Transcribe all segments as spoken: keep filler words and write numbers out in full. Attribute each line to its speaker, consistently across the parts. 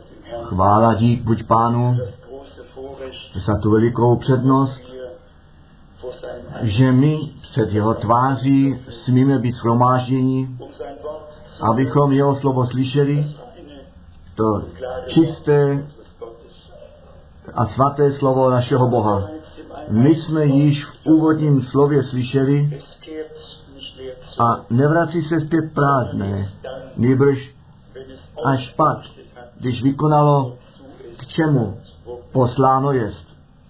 Speaker 1: Chvála dík buď Pánu za tu velikou přednost, že my před jeho tváří smíme být shromážděni, abychom jeho slovo slyšeli, to čisté a svaté slovo našeho Boha. My jsme již v úvodním slově slyšeli a nevrací se zpět prázdné, nýbrž až pak, když vykonalo, k čemu posláno jest.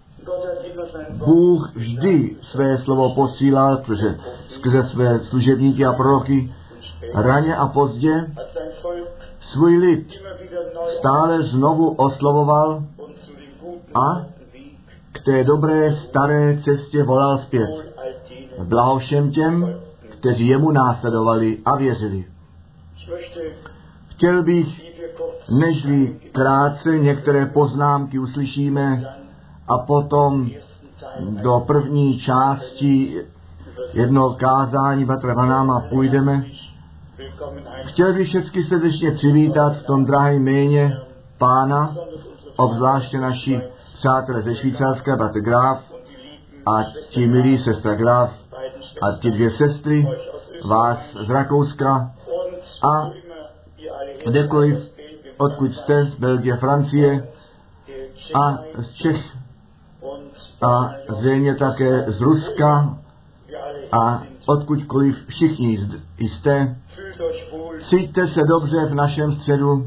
Speaker 1: Bůh vždy své slovo posílal, protože skrze své služebníky a proroky raně a pozdě svůj lid stále znovu oslovoval a k té dobré staré cestě volal zpět. Blaho všem těm, kteří jemu následovali a věřili. Chtěl bych, nežli krátce některé poznámky uslyšíme a potom do první části jednoho kázání bratra Vanáma půjdeme. Chtěl bych všechny srdečně přivítat v tom drahém jméně Pána, obzvláště naši přátelé ze Švýcarska, bratr Graf a ti milí sestra Graf a ti dvě sestry, vás z Rakouska a kdekoliv, odkud jste, z Belgie, Francie a z Čech a zřejmě také z Ruska a odkudkoliv všichni jste, cíťte se dobře v našem středu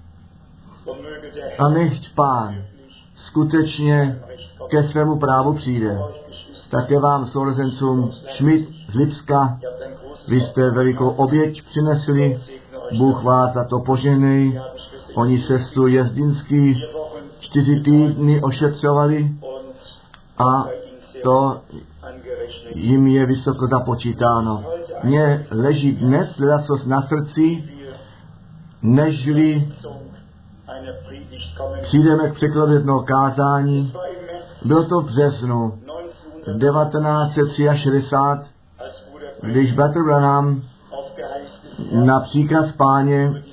Speaker 1: a nechť Pán skutečně ke svému právu přijde. Také vám sourozencům Schmidt z Lipska, vy jste velikou oběť přinesli, Bůh vás za to požehnej. Oni sestru Jezdinský čtyři týdny ošetřovali a to jim je vysoko započítáno. Mně leží dnes ledacos na srdci, nežli přijdeme k překladu jednoho kázání. Bylo to v březnu devatenáct set šedesát tři, když bratr Branham na příkaz Páně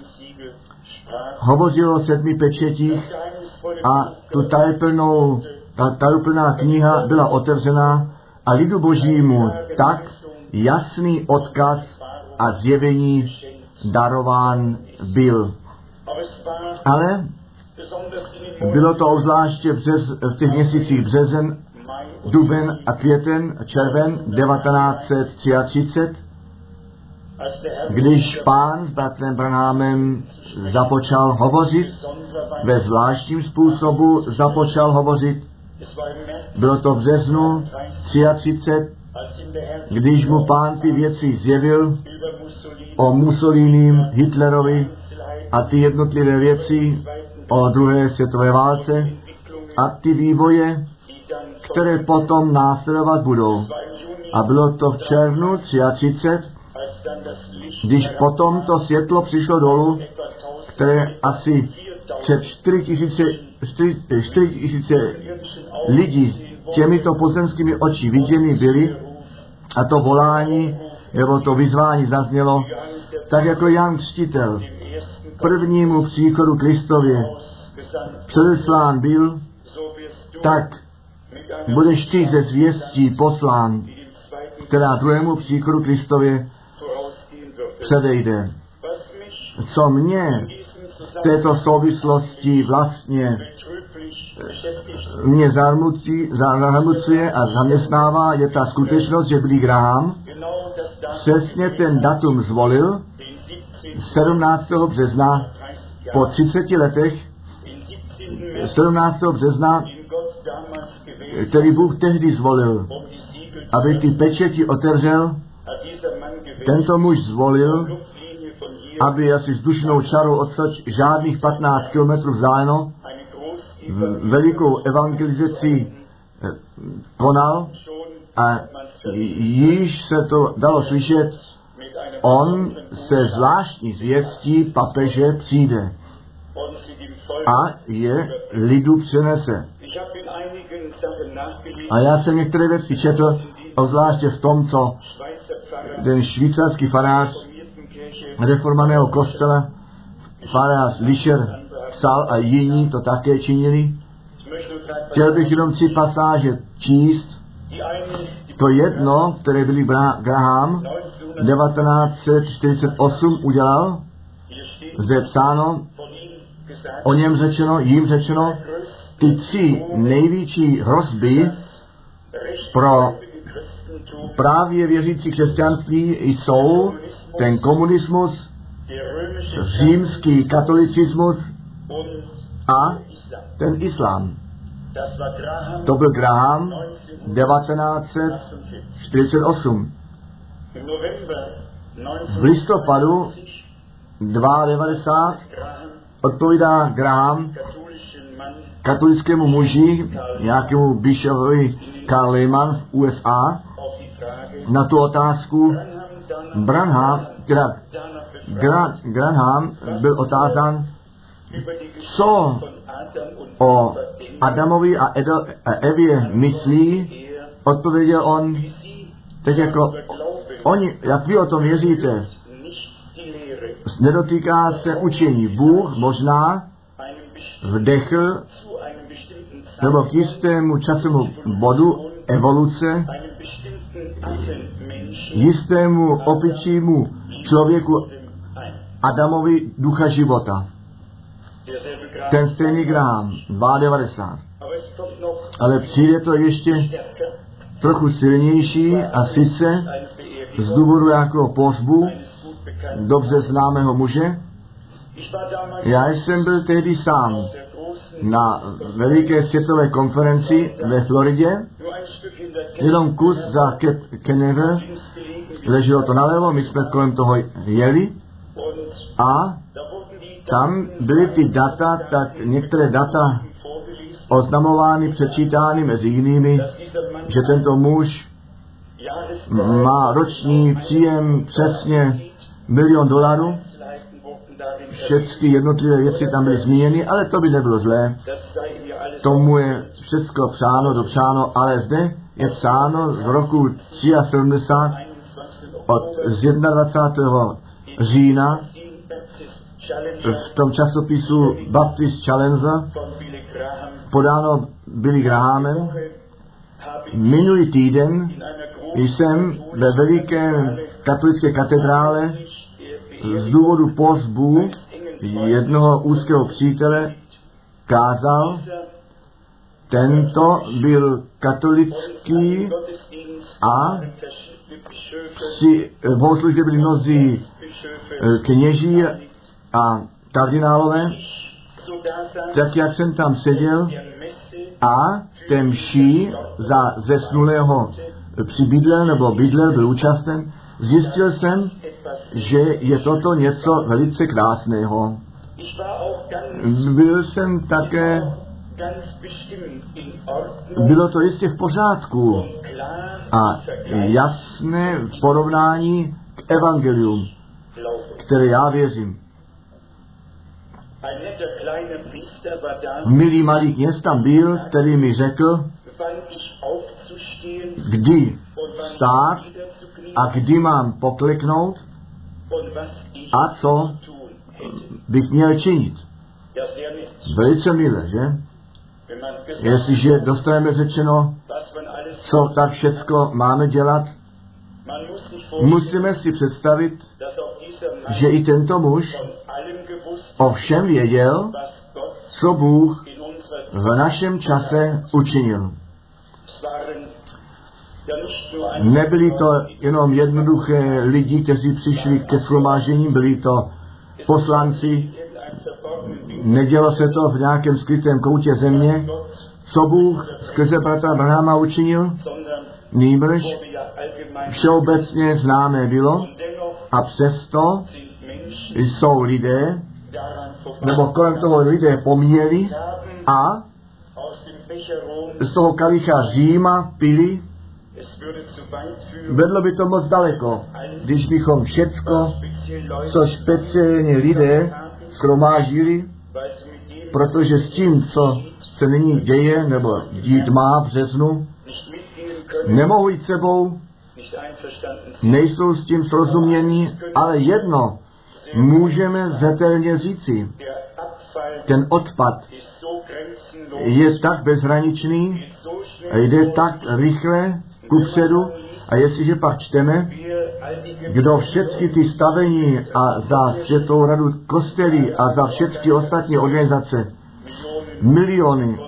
Speaker 1: hovořil o sedmi pečetích a tu tajuplnou, ta tajuplná kniha byla otevřena a lidu božímu tak jasný odkaz a zjevení darován byl. Ale bylo to obzvláště břez, v těch měsících březen, duben a květen, červen devatenáct set třicet tři, když Pán s bratrem Branhamem započal hovořit, ve zvláštním způsobu započal hovořit. Bylo to v březnu třicet tři, když mu Pán ty věci zjevil o Mussolinim, Hitlerovi a ty jednotlivé věci o druhé světové válce a ty vývoje, které potom následovat budou. A bylo to v červnu třicet tři, když potom to světlo přišlo dolů, které asi před čtyři tisíce lidí těmito pozemskými oči viděny byly a to volání nebo to vyzvání zaznělo, tak jako Jan Křtitel prvnímu příchodu Kristově předeslán byl, tak budeš ty ze zvěstí poslán, která druhému příchodu Kristově předejde. Co mě v této souvislosti vlastně mě zarmucuje a zaměstnává, je ta skutečnost, že Billy Graham přesně ten datum zvolil sedmnáctého března po třiceti letech, sedmnáctého března, který Bůh tehdy zvolil, aby ty pečeti otevřel. Tento muž zvolil, aby asi vzdušnou čarou odsaď žádných patnáct kilometrů vzdáleno velikou evangelizaci konal a již se to dalo slyšet, on se zvláštní zvěstí papeže přijde a je lidu přenese. A já jsem některé věci četl, obzvláště v tom, co ten švýcarský farář reformovaného kostela, farář Lischer, psal a jiní to také činili. Chtěl bych jenom tři pasáže číst. To jedno, které Billy Graham devatenáct set čtyřicet osm udělal, zde je psáno, o něm řečeno, jim řečeno, ty tři největší hrozby pro právě věřící křesťanství jsou ten komunismus, římský katolicismus a ten islám. To byl Graham devatenáct set čtyřicet osm. V listopadu devadesát dva odpovídá Graham katolickému muži, nějakému bishopovi Karl Lehmann v U S A, na tu otázku. Branham, teda Gra, Graham byl otázán, co o Adamovi a Edo, a Evě myslí. Odpověděl on, teď jako oni, jak vy o tom věříte, nedotýká se učení. Bůh možná vdechl nebo k jistému časovému bodu evoluce jistému opičímu člověku Adamovi ducha života. Ten stejný Graham, devadesát dva. Ale přijde to ještě trochu silnější a sice z důvodu jako pohřbu dobře známého muže. Já jsem byl tehdy sám na veliké světové konferenci ve Floridě, jenom kus za Kennever, leželo to nalevo, my jsme kolem toho jeli a tam byly ty data, tak některé data oznamovány, přečítány mezi jinými, že tento muž má roční příjem přesně milion dolarů. Všechny jednotlivé věci tam byly zmíněny, ale to by nebylo zlé. Tomu je všecko psáno, dopsáno, ale zde je psáno z roku sedmdesát tři od z dvacátého prvního října v tom časopisu Baptist Challenger podáno Billy Grahamem. Minulý týden jsem ve veliké katolické katedrále z důvodu pohřbu jednoho úzkého přítele kázal. Tento byl katolický a při bohoslužbě byli mnozí kněží a kardinálové, tak jak jsem tam seděl a ten mší za zesnulého přibydlel nebo bydlel, byl účasten, zjistil jsem, že je toto něco velice krásného. Byl jsem také, bylo to jistě v pořádku a jasné v porovnání k evangelium, které já věřím. Milý malý kněz tam byl, který mi řekl, kdy vstát a kdy mám pokleknout a co bych měl činit. Velice milé, že? Jestliže dostaneme řečeno, co tak všecko máme dělat, musíme si představit, že i tento muž o všem věděl, co Bůh v našem čase učinil. Nebyli to jenom jednoduché lidi, kteří přišli ke shromáždění, byli to poslanci, nedělo se to v nějakém skrytém koutě země, co Bůh skrze bratra Branhama učinil, nýbrž všeobecně známé bylo a přesto jsou lidé, nebo kolem toho lidé pomíjeli a z toho kalicha Říma pili. Vedlo by to moc daleko, když bychom všecko, co speciálně lidé shromáždili, protože s tím, co se nyní děje, nebo dít má v březnu, nemohou jít sebou, nejsou s tím srozumění, ale jedno můžeme zřetelně říci. ten odpad je tak bezhraničný a jde tak rychle kupředu. A jestliže pak čteme, kdo všechny ty stavení a za Světovou radu kostelí a za všechny ostatní organizace miliony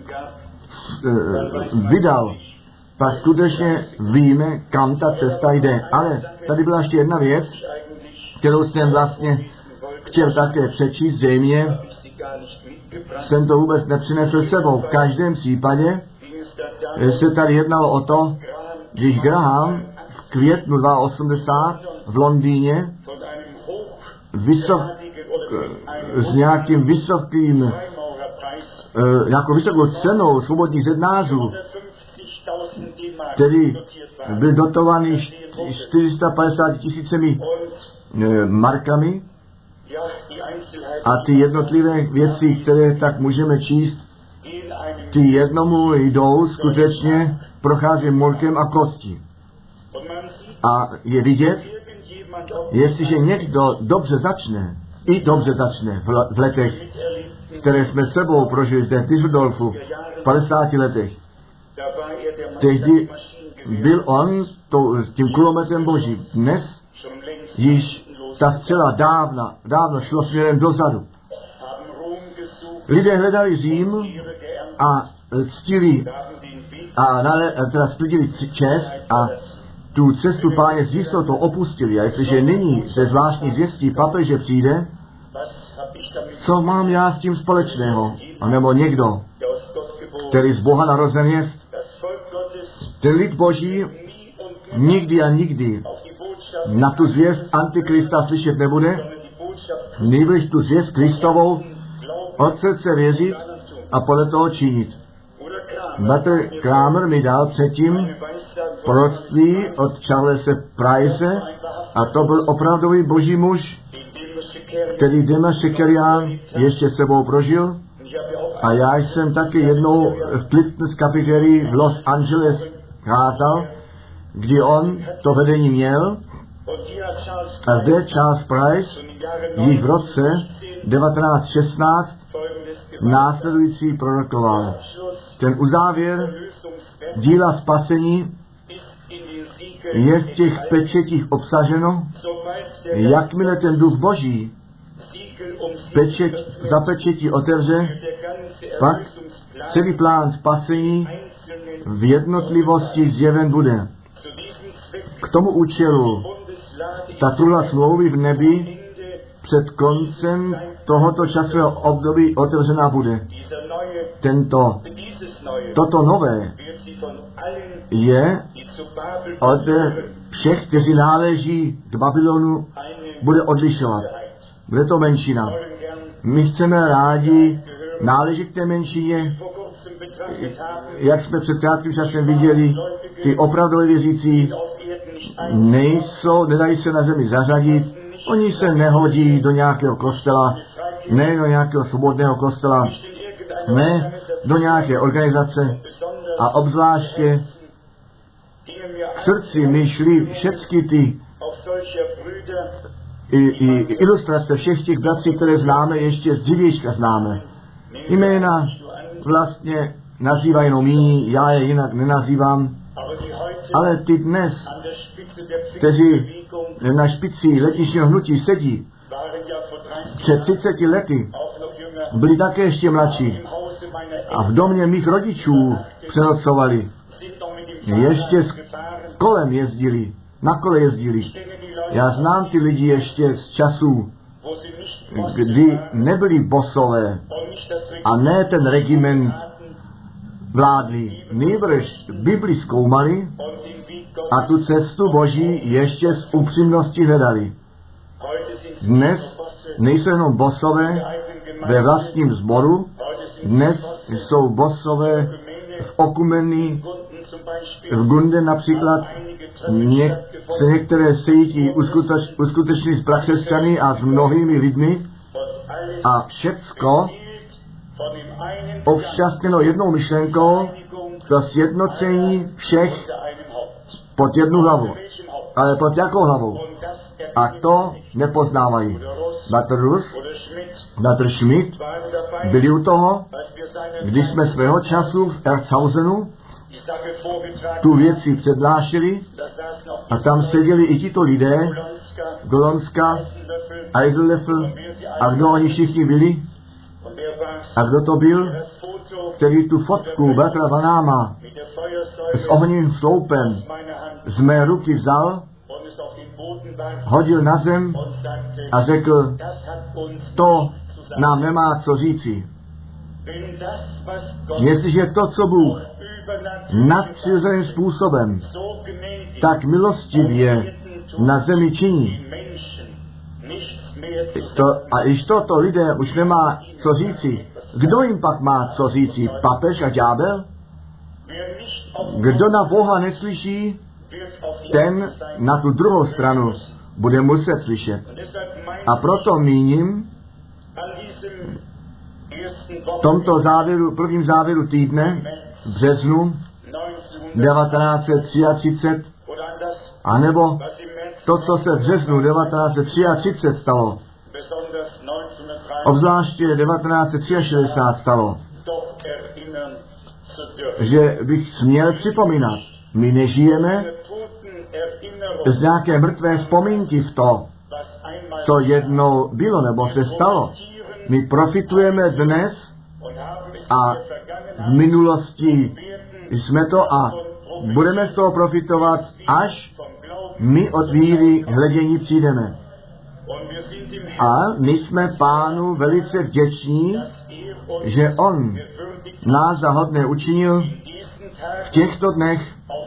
Speaker 1: vydal, pak skutečně víme, kam ta cesta jde. Ale tady byla ještě jedna věc, kterou jsem vlastně chtěl také přečíst, zřejmě jsem to vůbec nepřinesl sebou. V každém případě se tady jednalo o to, když Graham v květnu osmdesát dva v Londýně vysok, s nějakým vysokým, nějakou vysokou cenou svobodných zednářů, který byl dotovaný čtyři sta padesát tisícemi markami, a ty jednotlivé věci, které tak můžeme číst, ty jednomu jdou skutečně, prochází molkem a kostí. A je vidět, jestliže někdo dobře začne, i dobře začne v, v letech, které jsme sebou prožili zde v Düsseldorfu v padesáti letech, tehdy byl on to, tím kulometem Boží. Dnes již ta střela dávno, dávno šlo směrem dozadu. Lidé hledali Řím a ctili a teda sklidili čest a tu cestu Páně s jistotou opustili. A jestliže nyní ze zvláštní zvěstí papeže přijde, co mám já s tím společného? A nebo někdo, který z Boha narozen je, ten lid Boží nikdy a nikdy na tu zvěst Antikrista slyšet nebude, nejbrž tu zvěst Kristovou od srdce věřit a podle toho činit. Bratr Kramer mi dal předtím proroctví od Charlesa Price a to byl opravdový boží muž, který Dema Shekerian ještě sebou prožil. A já jsem taky jednou v Clifton's Cafeterii v Los Angeles kázal, kdy on to vedení měl. A zde Charles Price již v roce devatenáct šestnáct následující prorokoval. Ten uzávěr díla spasení je v těch pečetích obsaženo, jakmile ten duch Boží pečet, za pečetí otevře, pak celý plán spasení v jednotlivosti zjeven bude. K tomu účelu ta truhla smlouvy v nebi před koncem tohoto časového období otevřená bude. Tento, toto nové je od všech, kteří náleží k Babylonu, bude odlišovat. Bude to menšina. My chceme rádi náležet k té menšině, jak jsme před krátkým časem viděli, ty opravdové věřící nejsou, nedají se na zemi zařadit, oni se nehodí do nějakého kostela, ne do nějakého svobodného kostela, ne do nějaké organizace a obzvláště k srdci mi šly všechny ty i, i, ilustrace všech těch bratří, které známe, ještě z dřívějška známe. Jména vlastně nazývají jenom jiní, já je jinak nenazývám, ale ty dnes, kteří na špici letničního hnutí sedí, před třiceti lety byli také ještě mladší a v domě mých rodičů přenocovali. Ještě s kolem jezdili, na kole jezdili. Já znám ty lidi ještě z časů, kdy nebyli bosové a ne ten regiment vládli. Nejbrž Bibli zkoumali a tu cestu Boží ještě s upřímností hledali. Dnes nejsou jenom bosové ve vlastním sboru, dnes jsou bosové v okumení, v Gunde například, něk, se některé sejítí uskuteč, uskutečnit s prakřesťany a s mnohými lidmi a všecko ovšťastněno jednou myšlenkou, to sjednocení všech pod jednu hlavu. Ale pod jakou hlavou? A to nepoznávají. Bratr Rus, bratr Schmidt byli u toho, když jsme svého času v Erzhausenu tu věci přednášeli a tam seděli i tito lidé, Golonska, Eisenlöffel a kdo oni všichni byli a kdo to byl, který tu fotku bratra Vanáma s ohněným sloupem z mé ruky vzal, hodil na zem a řekl, to nám nemá co říci. Jestliže to, co Bůh nadpřirozeným způsobem tak milostivě na zemi činí, to, a když toto lidé už nemá co říci, kdo jim pak má co říci? Papež a ďábel? Kdo na Boha neslyší, ten na tu druhou stranu bude muset slyšet. A proto míním v tomto závěru, prvním závěru týdne v březnu devatenáct set třicet tři, anebo to, co se v březnu devatenáct set třicet tři stalo, obzvláště devatenáct set šedesát tři stalo, že bych směl připomínat. My nežijeme z nějaké mrtvé vzpomínky v to, co jednou bylo nebo se stalo. My profitujeme dnes a v minulosti jsme to a budeme z toho profitovat, až my od víry hledění přijdeme. A my jsme Pánu velice vděční, že On nás za hodné učinil v těchto dnech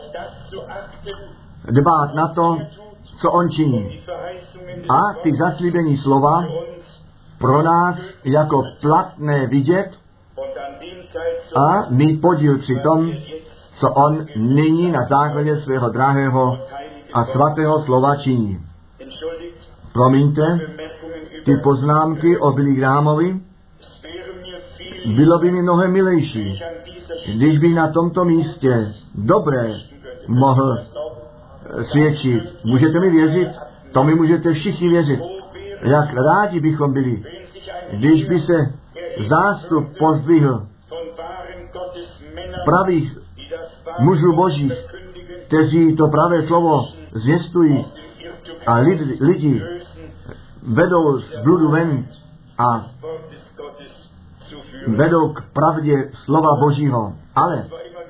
Speaker 1: dbát na to, co On činí. A ty zaslíbení slova pro nás jako platné vidět a mít podíl při tom, co On nyní na základě svého drahého a svatého slova činí. Promiňte, ty poznámky o Billy Grahamovi, bylo by mi mnohem milejší, když bych na tomto místě dobré mohl svědčit. Můžete mi věřit? To mi můžete všichni věřit. Jak rádi bychom byli, když by se zástup pozdvihl pravých mužů božích, kteří to pravé slovo zvěstují a lidi, lidi vedou z bludu ven a vedou k pravdě slova Božího. Ale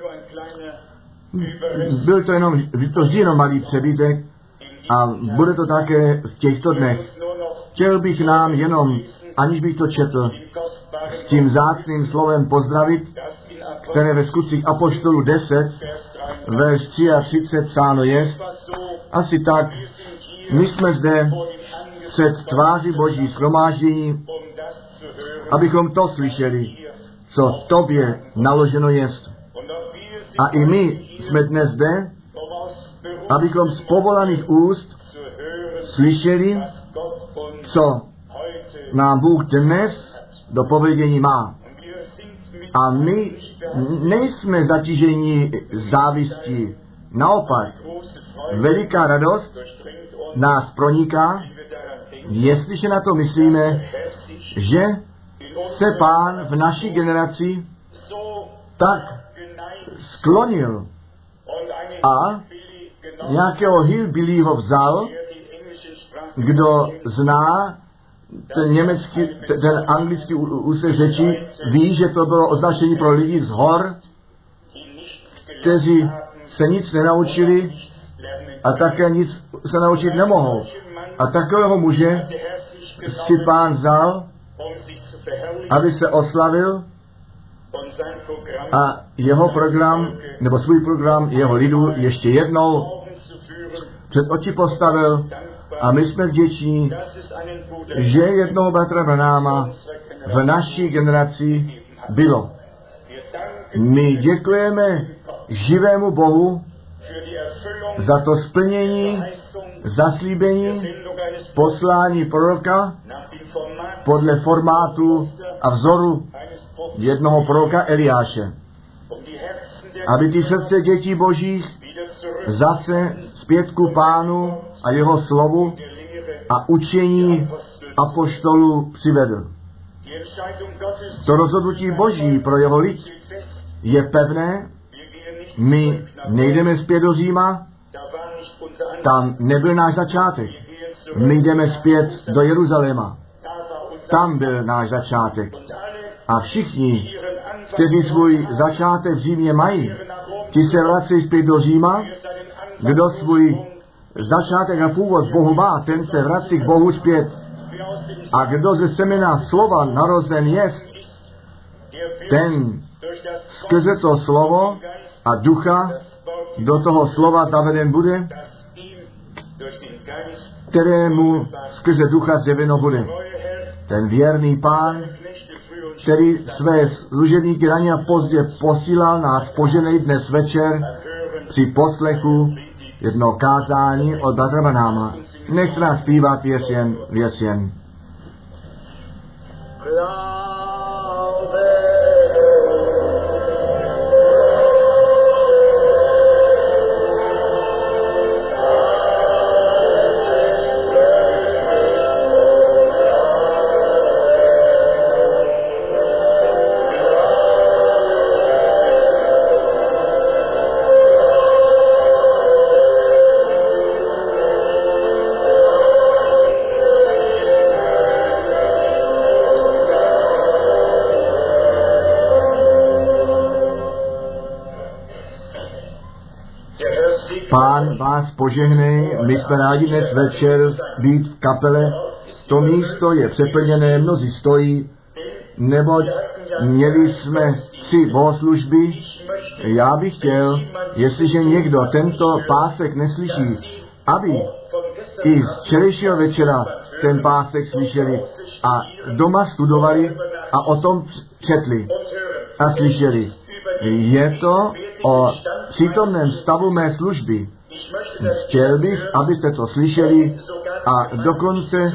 Speaker 1: byl to jenom, to vždy jenom malý přebytek a bude to také v těchto dnech. Chtěl bych nám jenom, aniž bych to četl, s tím vzácným slovem pozdravit, které ve Skutcích apoštolů deset, verš třicet tři psáno je, asi tak, my jsme zde před tváří Boží shromáždění, abychom to slyšeli, co tobě naloženo jest. A i my jsme dnes zde, abychom z povolaných úst slyšeli, co nám Bůh dnes do povědění má. A my nejsme zatíženi závistí. Naopak, veliká radost nás proniká, jestliže na to myslíme, že se Pán v naší generaci tak sklonil a nějakého hillbillyho vzal, kdo zná ten německý, ten anglický úsek řeči, ví, že to bylo označení pro lidi z hor, kteří se nic nenaučili a také nic se naučit nemohou. A takového muže si Pán vzal, aby se oslavil a jeho program, nebo svůj program, jeho lidu ještě jednou před oči postavil a my jsme vděční, že jednoho bratra Branáma v naší generaci bylo. My děkujeme živému Bohu za to splnění, zaslíbení, poslání proroka podle formátu a vzoru jednoho proroka Eliáše. Aby ty srdce dětí božích zase zpět ku Pánu a jeho slovu a učení apoštolů přivedl. To rozhodnutí Boží pro jeho lid je pevné. My nejdeme zpět do Říma, tam nebyl náš začátek. My jdeme zpět do Jeruzaléma. Tam byl náš začátek. A všichni, kteří svůj začátek v Římě mají, ti se vrací zpět do Říma. Kdo svůj začátek a původ Bohu má, ten se vrací k Bohu zpět. A kdo ze semena slova narozen jest, ten skrze to slovo a ducha do toho slova zaveden bude, kterému skrze ducha zjeveno bude. Ten věrný Pán, který své služebníky raně a pozdě posílal, nás poženej dnes večer při poslechu jednoho kázání od bratra Branhama. Nechte nás zpívat věřen, věřen. Pán vás požehnej, my jsme rádi dnes večer být v kapele. To místo je přeplněné, mnozí stojí, neboť měli jsme tři bohoslužby. Já bych chtěl, jestliže někdo tento pásek neslyší, aby i z včerejšího večera ten pásek slyšeli a doma studovali a o tom četli a slyšeli. Je to o přítomném stavu mé služby. Chtěl bych, abyste to slyšeli a dokonce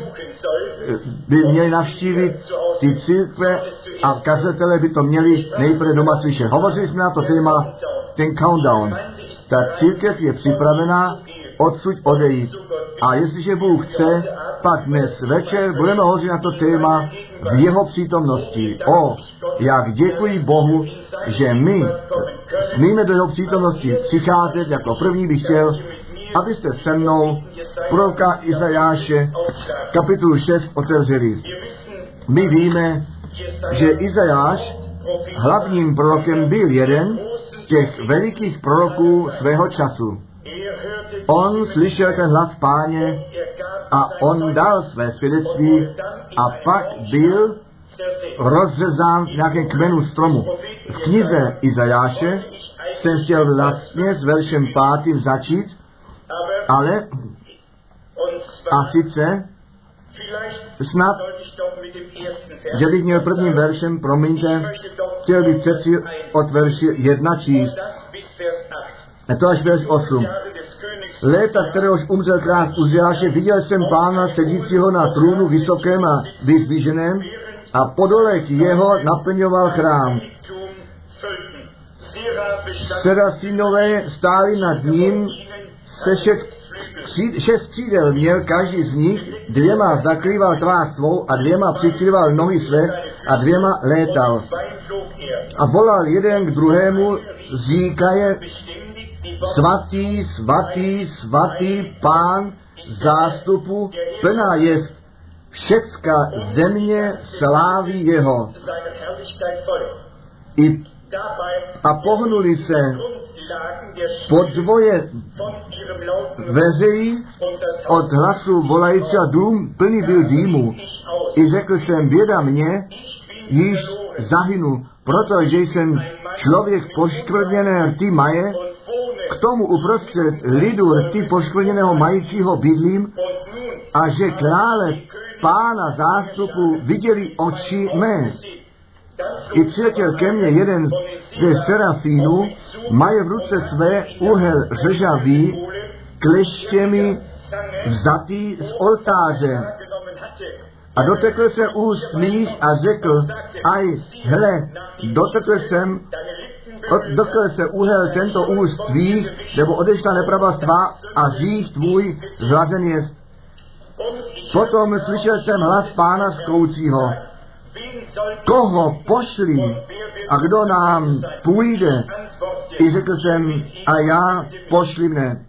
Speaker 1: by měli navštívit ty církve a kazatele by to měli nejprve doma slyšet. Hovořili jsme na to téma, ten countdown. Ta církev je připravená odsud odejít. A jestliže Bůh chce, pak dnes večer budeme hovořit na to téma v jeho přítomnosti. O, jak děkuji Bohu, že my smíme do jeho přítomnosti přicházet. Jako první bych chtěl, abyste se mnou proroka Izajáše kapitolu šest otevřeli. My víme, že Izajáš hlavním prorokem byl jeden z těch velikých proroků svého času. On slyšel ten hlas Páně a on dal své svědectví a pak byl rozřezán v nějakém kmenu stromu. V knize Izajáše jsem chtěl vlastně s veršem pátým začít, ale a sice snad, že bych měl prvním veršem, promiňte, chtěl bych přeci od verše jedna číst. To až verš osm. Léta, kteréhož umřel král Uziáše, viděl jsem Pána sedícího na trůnu vysokém a vyzdviženém a podolek jeho naplňoval chrám. Serafínové stáli nad ním, se šest křídel měl každý z nich, dvěma zakrýval tvář svou a dvěma přikrýval nohy své a dvěma létal. A volal jeden k druhému, říkaje, svatý, svatý, svatý Pán zástupu, plná jest všecka země slávy jeho. I a pohnuli se podvoje veřejí od hlasu volajícího, dům plný byl dýmu. I řekl jsem, běda mě, již zahynu, protože jsem člověk poškvrněné rty maje, k tomu uprostřed lidu rty poškvrněného majícího bydlím, a že krále Pána zástupu viděli oči mé. I přiletěl ke mně jeden ze serafínů, maje v ruce své úhel řežavý, kleštěmi vzatý z oltáře. A dotekl se úst mých a řekl, aj, hle, dotekl jsem, dotkl se úhel tento úst tvých, nebo odešla nepravost tvá a řích tvůj zlazen jest. Potom slyšel jsem hlas Pána zkoucího, koho pošli a kdo nám půjde. I řekl jsem, a já, pošli mne.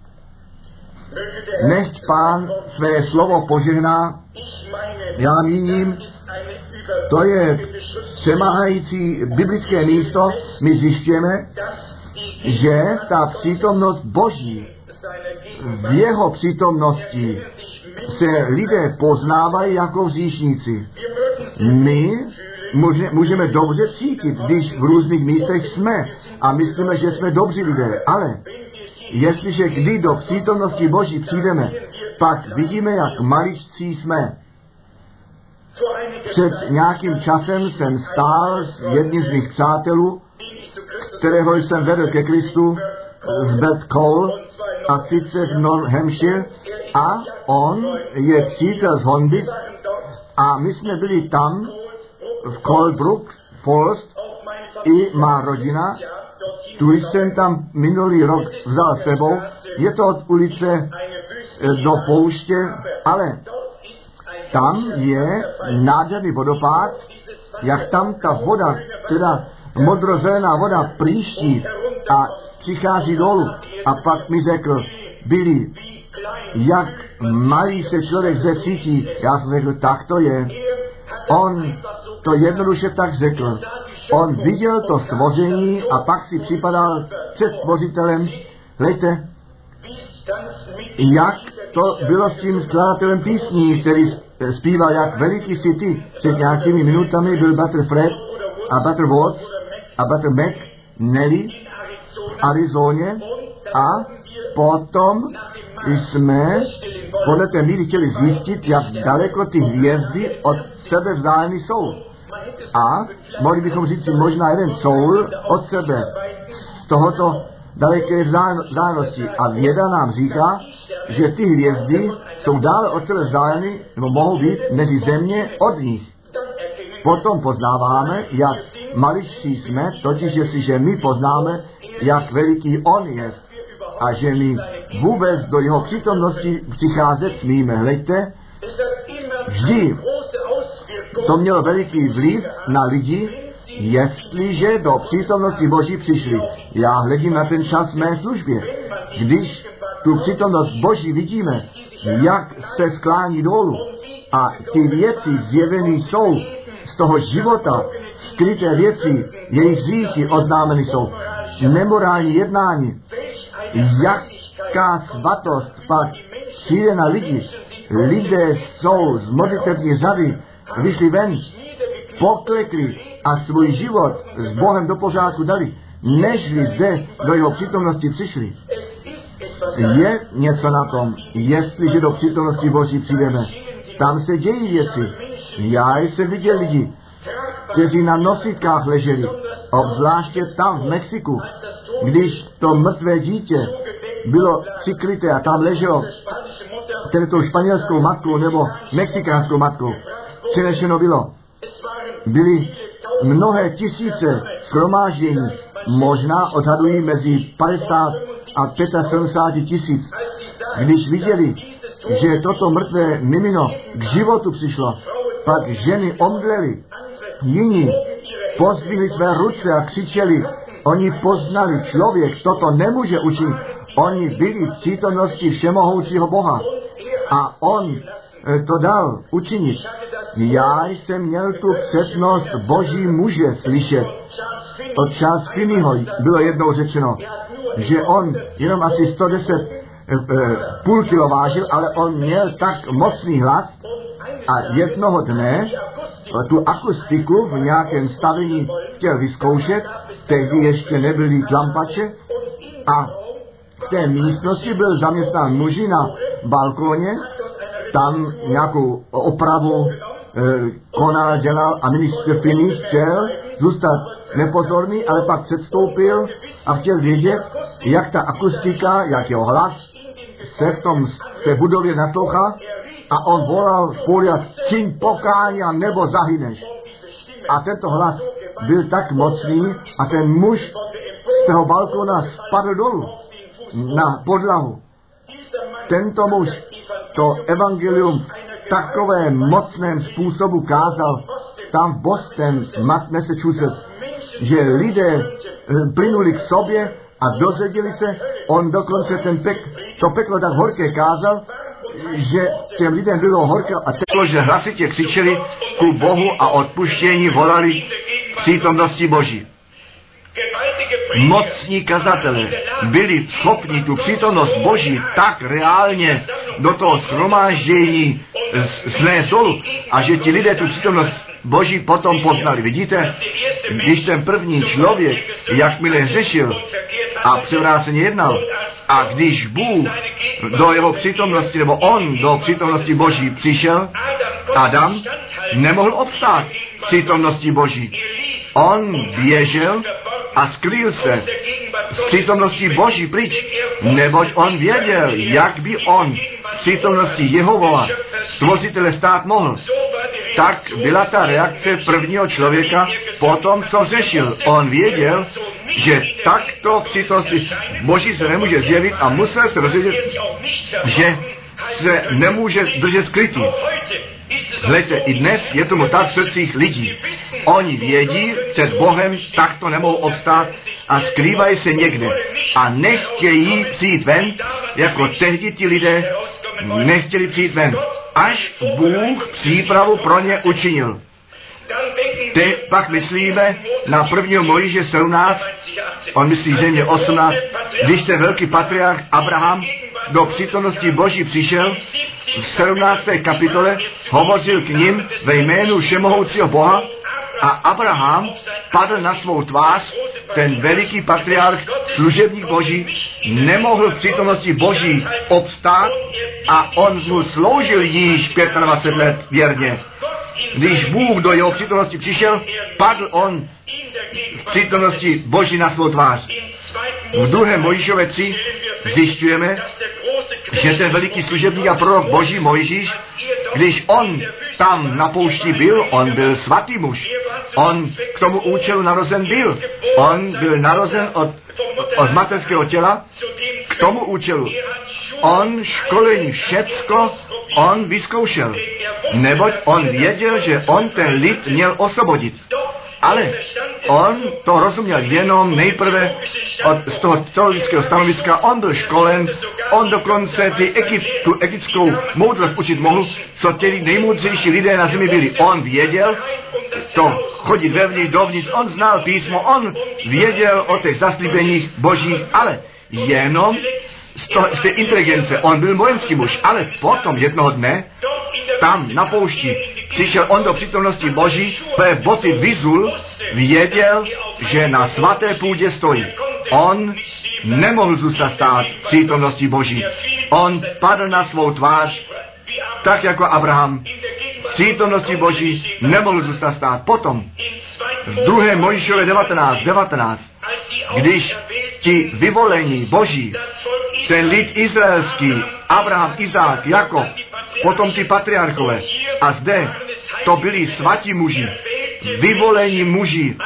Speaker 1: Nechť Pán své slovo požehná. Já míním, to je přemáhající biblické místo. My zjišťujeme, že ta přítomnost Boží, v jeho přítomnosti se lidé poznávají jako hříšníci. My může, můžeme dobře cítit, když v různých místech jsme a myslíme, že jsme dobří lidé, ale jestliže kdy do přítomnosti Boží přijdeme, pak vidíme, jak maličcí jsme. Před nějakým časem jsem stál s jedním z mých přátelů, kterého jsem vedl ke Kristu z Beth Cole, a sice v North Hampshire, a on je přítel z Honby a my jsme byli tam v Colebrook Forest, i má rodina, tu jsem tam minulý rok vzal sebou, je to od ulice do pouště, ale tam je nádherný vodopád, jak tam ta voda, teda modrozelená voda příští a přichází dolů. A pak mi řekl, Billy, jak malý se člověk zde cítí. Já jsem řekl, tak to je. On to jednoduše tak řekl. On viděl to stvoření a pak si připadal před stvořitelem. Hlejte, jak to bylo s tím skladatelem písní, který zpíval, jak veliký si ty. Před nějakými minutami byl Butter Fred a Butter Watts a Butter Mac Nelly v Arizoně a potom jsme podle té míry chtěli zjistit, jak daleko ty hvězdy od sebe vzájemně jsou. A mohli bychom říct si možná jeden soul od sebe z tohoto daleké vzdálenosti. A věda nám říká, že ty hvězdy jsou dále od sebe vzdáleny, nebo mohou být mezi země od nich. Potom poznáváme, jak maličcí jsme, totiž jestliže my poznáme, jak veliký on je a že my vůbec do jeho přítomnosti přicházet smíme. Hleďte, vždy to mělo veliký vliv na lidi, jestliže do přítomnosti Boží přišli. Já hledím na ten čas mé službě. Když tu přítomnost Boží vidíme, jak se sklání dolů a ty věci zjevené jsou z toho života, skryté věci, jejich hříchy oznámeny jsou, nemorální jednání, jaká svatost pak přijde na lidi. Lidé jsou z modlitební řady, vyšli ven, poklekli a svůj život s Bohem do pořádku dali, nežli zde do jeho přítomnosti přišli. Je něco na tom, jestliže do přítomnosti Boží přijdeme. Tam se dějí věci. Já jsem viděl lidi, kteří na nositkách leželi, obzvláště tam v Mexiku, když to mrtvé dítě bylo přikryté a tam leželo, tedy tou španělskou matkou nebo mexikánskou matkou, přinešeno bylo. Byly mnohé tisíce shromáždění, možná odhadují mezi padesát a sedmdesát pět tisíc. Když viděli, že toto mrtvé mimino k životu přišlo, pak ženy omdlely, jiní pozdvihli své ruce a křičeli. Oni poznali, člověk toto nemůže učinit. Oni byli v přítomnosti všemohoucího Boha a on to dal učinit. Já jsem měl tu přednost Boží muže slyšet. Od Charles Finneyho bylo jednou řečeno, že on jenom asi sto deset půl kilo vážil, ale on měl tak mocný hlas a jednoho dne tu akustiku v nějakém stavení chtěl vyzkoušet, tehdy ještě nebyly tlampače a v té místnosti byl zaměstnán muži na balkóně, tam nějakou opravu e, konal, dělal a ministr Finney chtěl zůstat nepozorný, ale pak předstoupil a chtěl vědět, jak ta akustika, jak jeho hlas se v tom v té budově naslouchá a on volal z pódia, čiň pokání a nebo zahyneš. A tento hlas byl tak mocný a ten muž z toho balkona spadl dolů na podlahu. Tento muž to evangelium v takovém mocném způsobu kázal tam v Boston, Massachusetts, že lidé plynuli k sobě a dozvěděli se, on dokonce ten pek, to peklo tak horké kázal, že těm lidem bylo horké a teklo, že hlasitě křičeli ku Bohu a odpuštění volali v přítomnosti Boží. Mocní kazatelé byli schopni tu přítomnost Boží tak reálně do toho shromáždění snést dolů a že ti lidé tu přítomnost Boží potom poznali. Vidíte, když ten první člověk, jakmile hřešil a převráceně jednal, a když Bůh do jeho přítomnosti, nebo on do přítomnosti Boží přišel, Adam nemohl obstát v přítomnosti Boží. On běžel a skrýl se z přítomnosti Boží pryč, neboť on věděl, jak by on v přítomnosti Jehova, stvořitele, stát mohl. Tak byla ta reakce prvního člověka po tom, co řešil. On věděl, že takto v přítomnosti Boží se nemůže zjevit a musel se rozvědět, že se nemůže držet skrytý. Hleďte, i dnes je tomu tak v srdcích lidí. Oni vědí, před Bohem takto nemohou obstát a skrývají se někde. A nechtějí přijít ven, jako tehdy ti lidé nechtěli přijít ven. Až Bůh přípravu pro ně učinil. Teď pak myslíme na prvního Mojžíše sedmnáct, on myslí, že mě osmnáct, když ten velký patriarch Abraham do přítomnosti Boží přišel, v sedmnácté kapitole hovořil k nim ve jménu všemohoucího Boha a Abraham padl na svou tvář, ten veliký patriarch, služebník Boží, nemohl v přítomnosti Boží obstát a on mu sloužil již dvacet pět let věrně. Když Bůh do jeho přítomnosti přišel, padl on v přítomnosti Boží na svou tvář. V druhém Mojžíšově tři zjišťujeme, že ten veliký služebník a prorok Boží Mojžíš, když on tam na poušti byl, on byl svatý muž. On k tomu účelu narozen byl. On byl narozen od, od mateřského těla k tomu účelu. On školení všecko, on vyzkoušel. Neboť on věděl, že on ten lid měl osvobodit. Ale on to rozuměl jenom nejprve od, z toho teologického stanoviska. On byl školen, on dokonce ty Egypt, tu egyptskou moudrost učit mohl, co těli nejmoudřejší lidé na zemi byli. On věděl to chodit vevnitř, dovnitř, on znal písmo, on věděl o těch zaslíbeních Božích, ale jenom z, to, z té inteligence. On byl vojenský muž, ale potom jednoho dne tam na poušti přišel on do přítomnosti Boží, své boty vyzul, věděl, že na svaté půdě stojí. On nemohl zůstat stát v přítomnosti Boží. On padl na svou tvář, tak jako Abraham. V přítomnosti Boží nemohl zůstat stát. Potom v druhém Mojžíšově devatenáct, devatenáct, když ti vyvolení Boží, ten lid izraelský, Abraham, Izák, Jakob, potom ty patriarchové, a zde to byli svatí muži, vyvolení muži,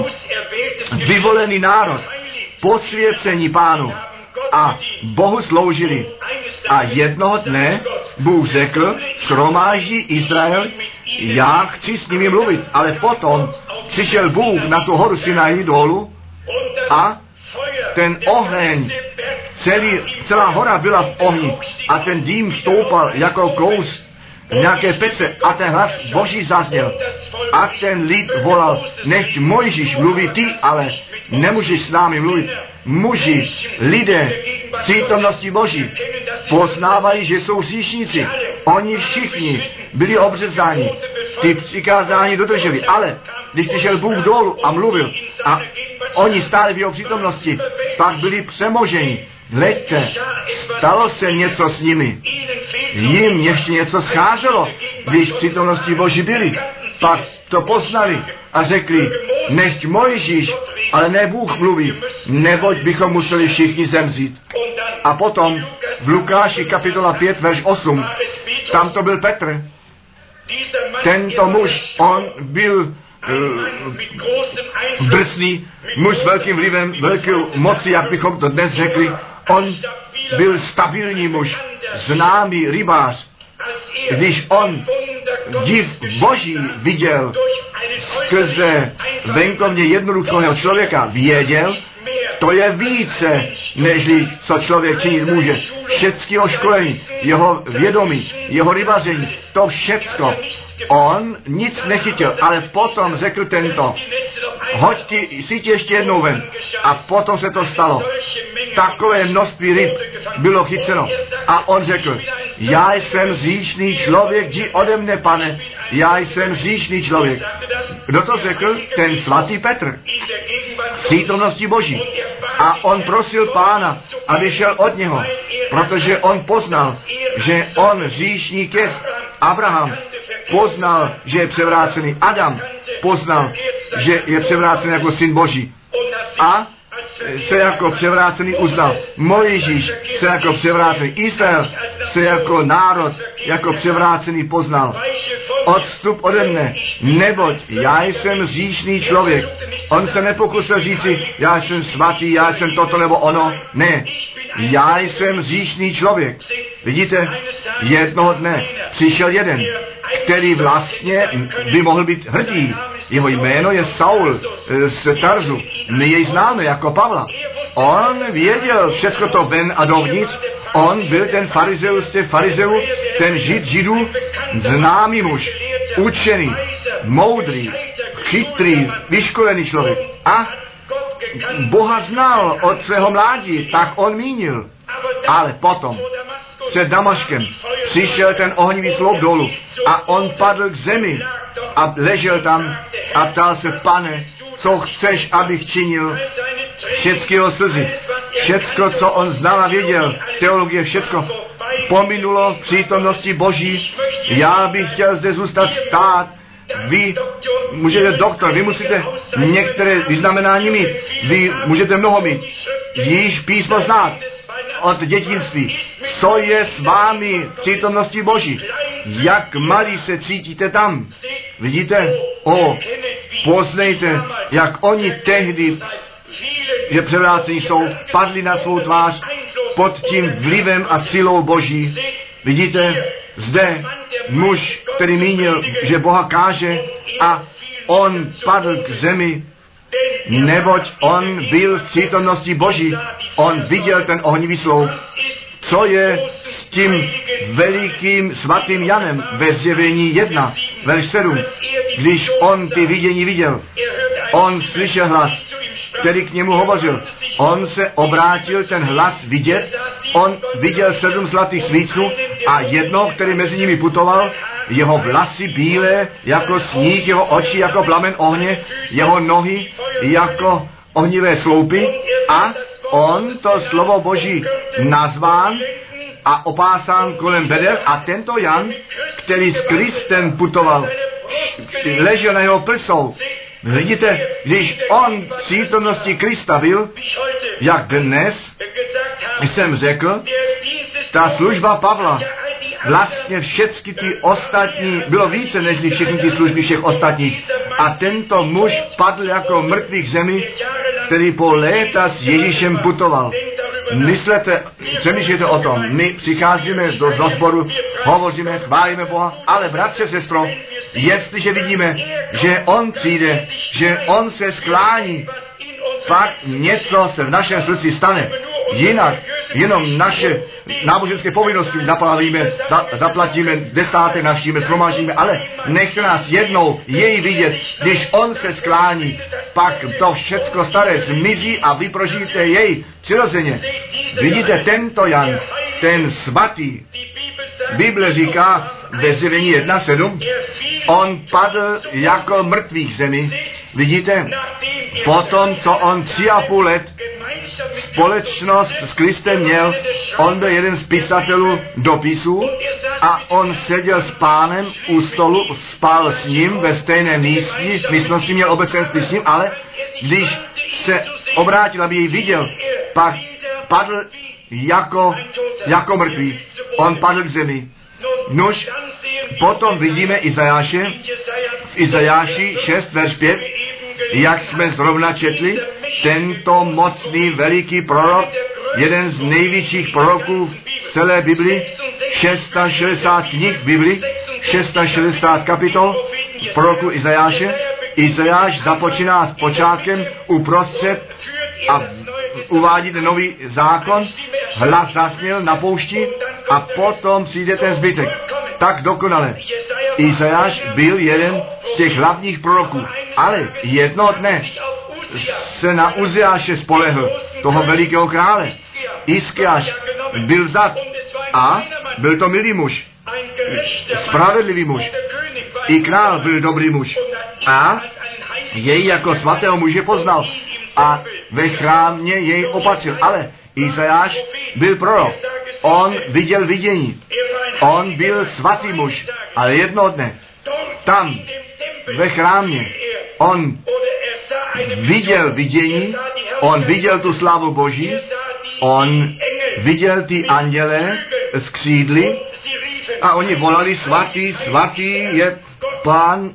Speaker 1: vyvolený národ, posvěcení Pánu a Bohu sloužili. A jednoho dne Bůh řekl, shromáždí Izrael, já chci s nimi mluvit. Ale potom přišel Bůh na tu horu Sinai dolů a ten oheň, celý, celá hora byla v ohni a ten dým stoupal jako kous v nějaké pece a ten hlas Boží zazněl. A ten lid volal, nechť Mojžíš mluví ty, ale nemůžeš s námi mluvit. Muži, lidé v přítomnosti Boží poznávají, že jsou hříšníci. Oni všichni byli obřezáni, ty přikázání dodrželi, ale když přišel Bůh dolů a mluvil a oni stáli v jeho přítomnosti, pak byli přemoženi. Hleďte, stalo se něco s nimi. Jim ještě něco scházelo, když v přítomnosti Boží byli. Pak to poznali a řekli, nechť Mojžíš, ale ne Bůh mluví, neboť bychom museli všichni zemřít. A potom v Lukáši kapitola pět, verš osm, tam to byl Petr. Tento muž, on byl uh, drsný, muž s velkým vlivem, velkou mocí, jak bychom to dnes řekli. On byl stabilní muž, známý rybář, když on div Boží viděl skrze venkovně jednoduchého člověka, věděl, to je více, než co člověk činit může. Všeckého školení, jeho vědomí, jeho rybaření, to všecko. On nic nechytil, ale potom řekl tento, hoď ty síť ještě jednou ven. A potom se to stalo. Takové množství ryb bylo chyceno. A on řekl, já jsem hříšný člověk, jdi ode mne, pane, já jsem hříšný člověk. Kdo to řekl? Ten svatý Petr. V přítomnosti Boží. A on prosil Pána, aby šel od něho, protože on poznal, že on hříšník je. Abraham poznal, že je převrácený. Adam poznal, že je převrácený jako syn Boží. A se jako převrácený uznal. Mojžíš se jako převrácený. Izrael se jako národ, jako převrácený poznal. Odstup ode mne, neboť já jsem hříšný člověk. On se nepokusil říci, já jsem svatý, já jsem toto nebo ono. Ne, já jsem hříšný člověk. Vidíte, jednoho dne přišel jeden, který vlastně by mohl být hrdý. Jeho jméno je Saul z Tarzu. My jej známe jako Pavla. On věděl všechno to ven a dovnitř. On byl ten farizeus těch farizeů, ten žid židů, známý muž, učený, moudrý, chytrý, vyškolený člověk. A Boha znal od svého mládí, tak on mínil. Ale potom před Damaškem přišel ten ohnivý sloup dolů a on padl k zemi a ležel tam a ptal se, pane, co chceš, abych činil? Všeckého slzy, všecko, co on znal a věděl, teologie, všecko pominulo v přítomnosti Boží. Já bych chtěl zde zůstat stát. Vy můžete doktor, vy musíte některé vyznamenání mít, vy můžete mnoho mít, již písmo znát od dětinství. Co je s vámi v přítomnosti Boží? Jak malí se cítíte tam? Vidíte? O, poznejte, jak oni tehdy, že převrácení jsou, padli na svou tvář pod tím vlivem a silou Boží. Vidíte? Zde muž, který mínil, že Boha káže a on padl k zemi, neboť on byl v přítomnosti Boží. On viděl ten ohnivý sloup. Co je s tím velikým svatým Janem ve Zjevení jedna, verš sedm, když on ty vidění viděl, on slyšel hlas, který k němu hovořil. On se obrátil ten hlas vidět, on viděl sedm zlatých svíců a jedno, který mezi nimi putoval, jeho vlasy bílé jako sníh, jeho oči jako plamen ohně, jeho nohy jako ohnivé sloupy a on to slovo Boží nazván a opásán kolem beder a tento Jan, který s Kristem putoval, ležel na jeho prsou. Vidíte, když on v přítomnosti Krista byl, jak dnes jsem řekl, ta služba Pavla, vlastně všechny ty ostatní, bylo více než všechny ty služby všech ostatních. A tento muž padl jako mrtvý k zemi, který po léta s Ježíšem putoval. Myslete, přemýšlejte o tom. My přicházíme do, do sboru, hovoříme, chválíme Boha, ale bratře, sestro, jestliže vidíme, že on přijde, že on se sklání, pak něco se v našem srdci stane. Jinak jenom naše náboženské povinnosti napálíme, za, zaplatíme desátek, navštívíme, shromáždíme, ale nechte nás jednou jej vidět, když on se sklání, pak to všecko staré zmizí a vy prožijete jej přirozeně. Vidíte, tento Jan, ten svatý, Bible říká ve Zjevení jedna sedm, on padl jako mrtvý k zemi. Vidíte, potom, co on tři a půl let společnost s Kristem měl, on byl jeden z pisatelů dopisů a on seděl s Pánem u stolu, spal s ním ve stejné místní, místnosti, měl obecenství s ním, ale když se obrátil, aby jej viděl, pak padl jako, jako mrtvý. On padl k zemi. Nuž, potom vidíme Izajáše, v Izajáši šest, verš pět, jak jsme zrovna četli, tento mocný veliký prorok, jeden z největších proroků v celé Biblii, šedesát šest knih v Bibli, šedesát šest kapitol proroku Izajáše. Izajáš započíná s počátkem uprostřed a uvádí ten nový zákon, hlas zasněl na poušti a potom přijde ten zbytek. Tak dokonale. Izajáš byl jeden z těch hlavních proroků, ale jednoho dne se na Uziáše spolehl, toho velikého krále. Iskiáš byl vzat a byl to milý muž, spravedlivý muž. I král byl dobrý muž. A jej jako svatého muže poznal a ve chrámě jej opatřil. Ale Izajáš byl prorok. On viděl vidění. On byl svatý muž. Ale jednoho dne tam ve chrámě on viděl vidění, on viděl tu slávu Boží, on viděl ty anděle z křídly a oni volali svatý, svatý je Pán.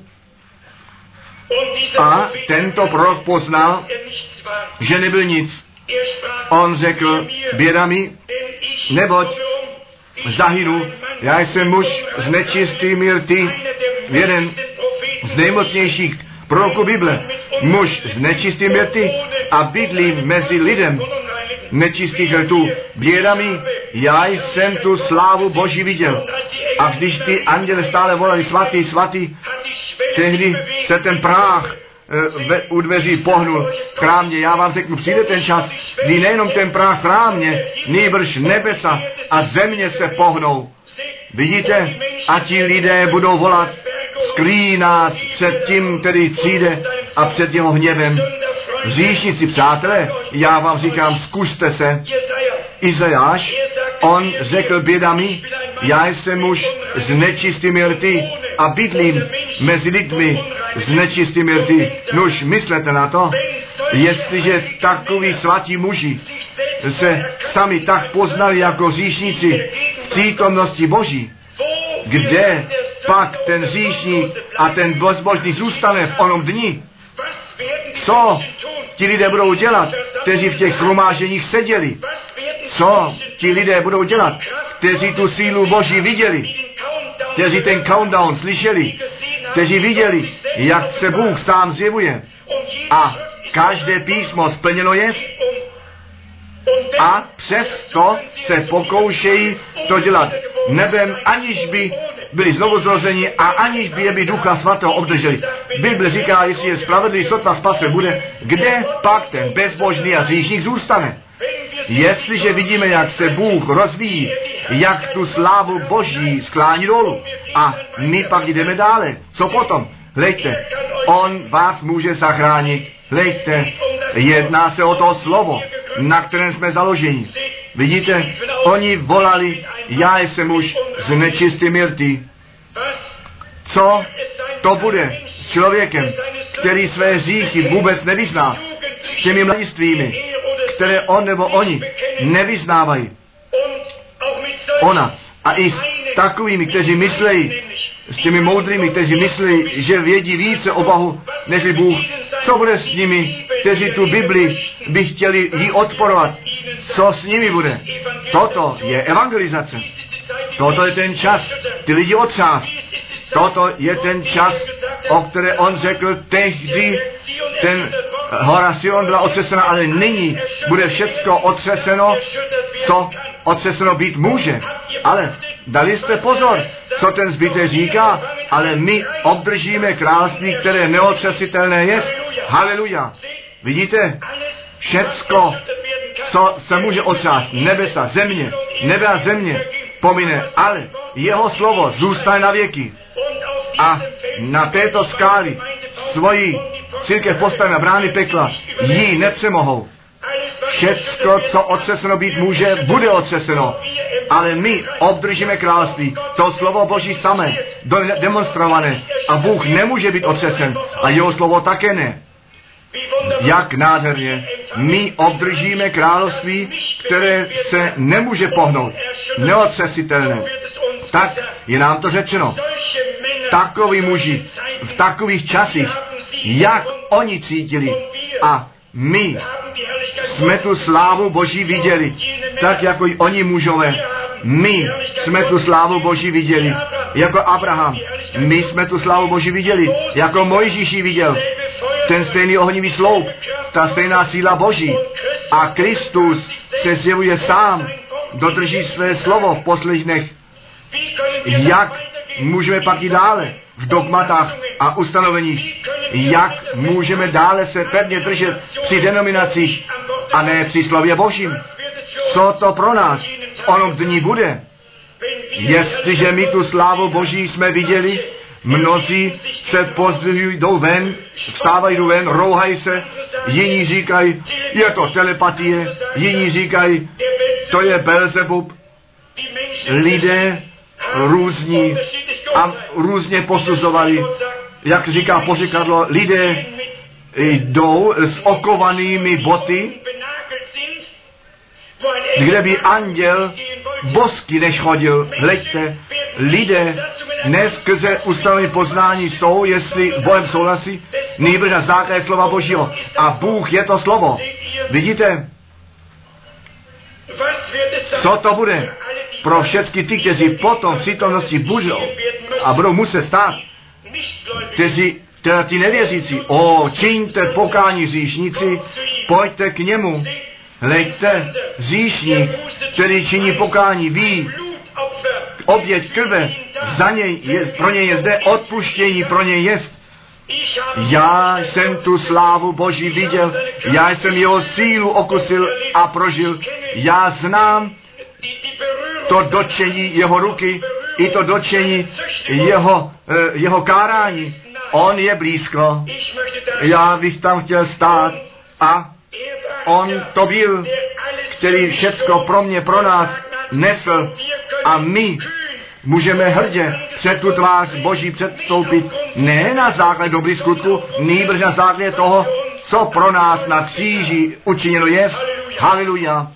Speaker 1: A tento prorok poznal, že nebyl nic. On řekl, běda mi, neboť zahynu, já jsem muž z nečistými rty, jeden z nejmocnějších proroků Bible, muž z nečistými rty a bydlím mezi lidem nečistých rtů. Běda mi, já jsem tu slávu Boží viděl. A když ty anděle stále volali svatý, svatý, tehdy se ten práh e, u dveří pohnul v chrámě. Já vám řeknu, přijde ten čas, kdy nejenom ten práh v chrámě, nýbrž nebesa a země se pohnou. Vidíte? A ti lidé budou volat, skrý nás před tím, který přijde a před jeho hněvem. Říšníci, přátelé, já vám říkám, zkuste se. Izajáš, on řekl, běda mi, já jsem muž z nečistými rty a bydlím mezi lidmi z nečistými rty. Nuž, myslete na to, jestliže takoví svatí muži se sami tak poznali jako říšníci v přítomnosti Boží, kde pak ten říšník a ten bezbožný zůstane v onom dni, co ti lidé budou dělat, kteří v těch shromáženích seděli? Co ti lidé budou dělat, kteří tu sílu Boží viděli, kteří ten countdown slyšeli, kteří viděli, jak se Bůh sám zjevuje a každé písmo splněno je a přesto se pokoušejí to dělat nebem, aniž by byli znovu zrozeni a aniž by je by Ducha Svatého obdrželi. Bible říká, jestli je spravedlivý, sotva spasen bude, kde pak ten bezbožný a hříšník zůstane. Jestliže vidíme, jak se Bůh rozvíjí, jak tu slávu Boží sklání dolů a my pak jdeme dále, co potom? Hlejte, on vás může zachránit. Hlejte, jedná se o to slovo, na kterém jsme založeni. Vidíte, oni volali, já jsem muž z nečistými rty. Co to bude s člověkem, který své hříchy vůbec nevyzná, s těmi mladistvými, které on nebo oni nevyznávají. Ona a i s takovými, kteří myslejí, s těmi moudrými, kteří myslí, že vědí více o Bohu než Bůh. Co bude s nimi, kteří tu Bibli by chtěli jí odporovat? Co s nimi bude? Toto je evangelizace. Toto je ten čas, ty lidi otřást. Toto je ten čas, o které on řekl tehdy, ten hora Sion byla otřesena, ale nyní bude všecko otřeseno, co otřeseno být může. Ale dali jste pozor, co ten zbytek říká, ale my obdržíme království, které neotřesitelné je. Haleluja. Vidíte? Všecko, co se může otřást, nebesa, země, nebe a země pomine, ale jeho slovo zůstane na věky. A na této skály svoji církev postaví na brány pekla, jí nepřemohou. Všecko, co otřeseno být může, bude otřeseno. Ale my obdržíme království, to slovo Boží samé, demonstrované. A Bůh nemůže být otřesen. A jeho slovo také ne. Jak nádherně. My obdržíme království, které se nemůže pohnout. Neotřesitelné. Tak je nám to řečeno. Takoví muži v takových časích, jak oni cítili. A my jsme tu slávu Boží viděli, tak jako i oni mužové. My jsme tu slávu Boží viděli, jako Abraham. My jsme tu slávu Boží viděli, jako Mojžíš ji viděl. Ten stejný ohnivý sloup, ta stejná síla Boží. A Kristus se zjevuje sám, dodrží své slovo v posledních dnech. Jak můžeme pak i dále v dogmatách a ustanoveních, jak můžeme dále se pevně držet při denominacích a ne při slově Božím. Co to pro nás v onom dní bude? Jestliže my tu slávu Boží jsme viděli, mnozí se pozdvihují, jdou ven, vstávají, jdou ven, rouhají se, jiní říkají, je to telepatie, jiní říkají, to je Belzebub. Lidé různí a různě posuzovali, jak říká pořekadlo, lidé jdou s okovanými boty, kde by anděl bosky než chodil. Hleďte, lidé ne skrze ustanovení poznání jsou, jestli Bohem souhlasí, nejbrž na základě slova Božího. A Bůh je to slovo. Vidíte? Co to bude pro všechny ty, kteří potom v přítomnosti budou a budou muset stát, kteří, teda ty nevěřící, o, čiňte pokání hříšníci, pojďte k němu. Hleďte, hříšník, který činí pokání, ví, oběť krve, za něj je, pro něj je zde odpuštění, pro něj jest. Já jsem tu slávu Boží viděl, já jsem jeho sílu okusil a prožil. Já znám to dotčení jeho ruky, i to dotčení jeho, jeho kárání. On je blízko. Já bych tam chtěl stát a on to byl, který všecko pro mě, pro nás nesl a my můžeme hrdě před tu tvář Boží předstoupit, ne na základě dobrých skutků, nýbrž na základě toho, co pro nás na kříži učiněno je. Haleluja.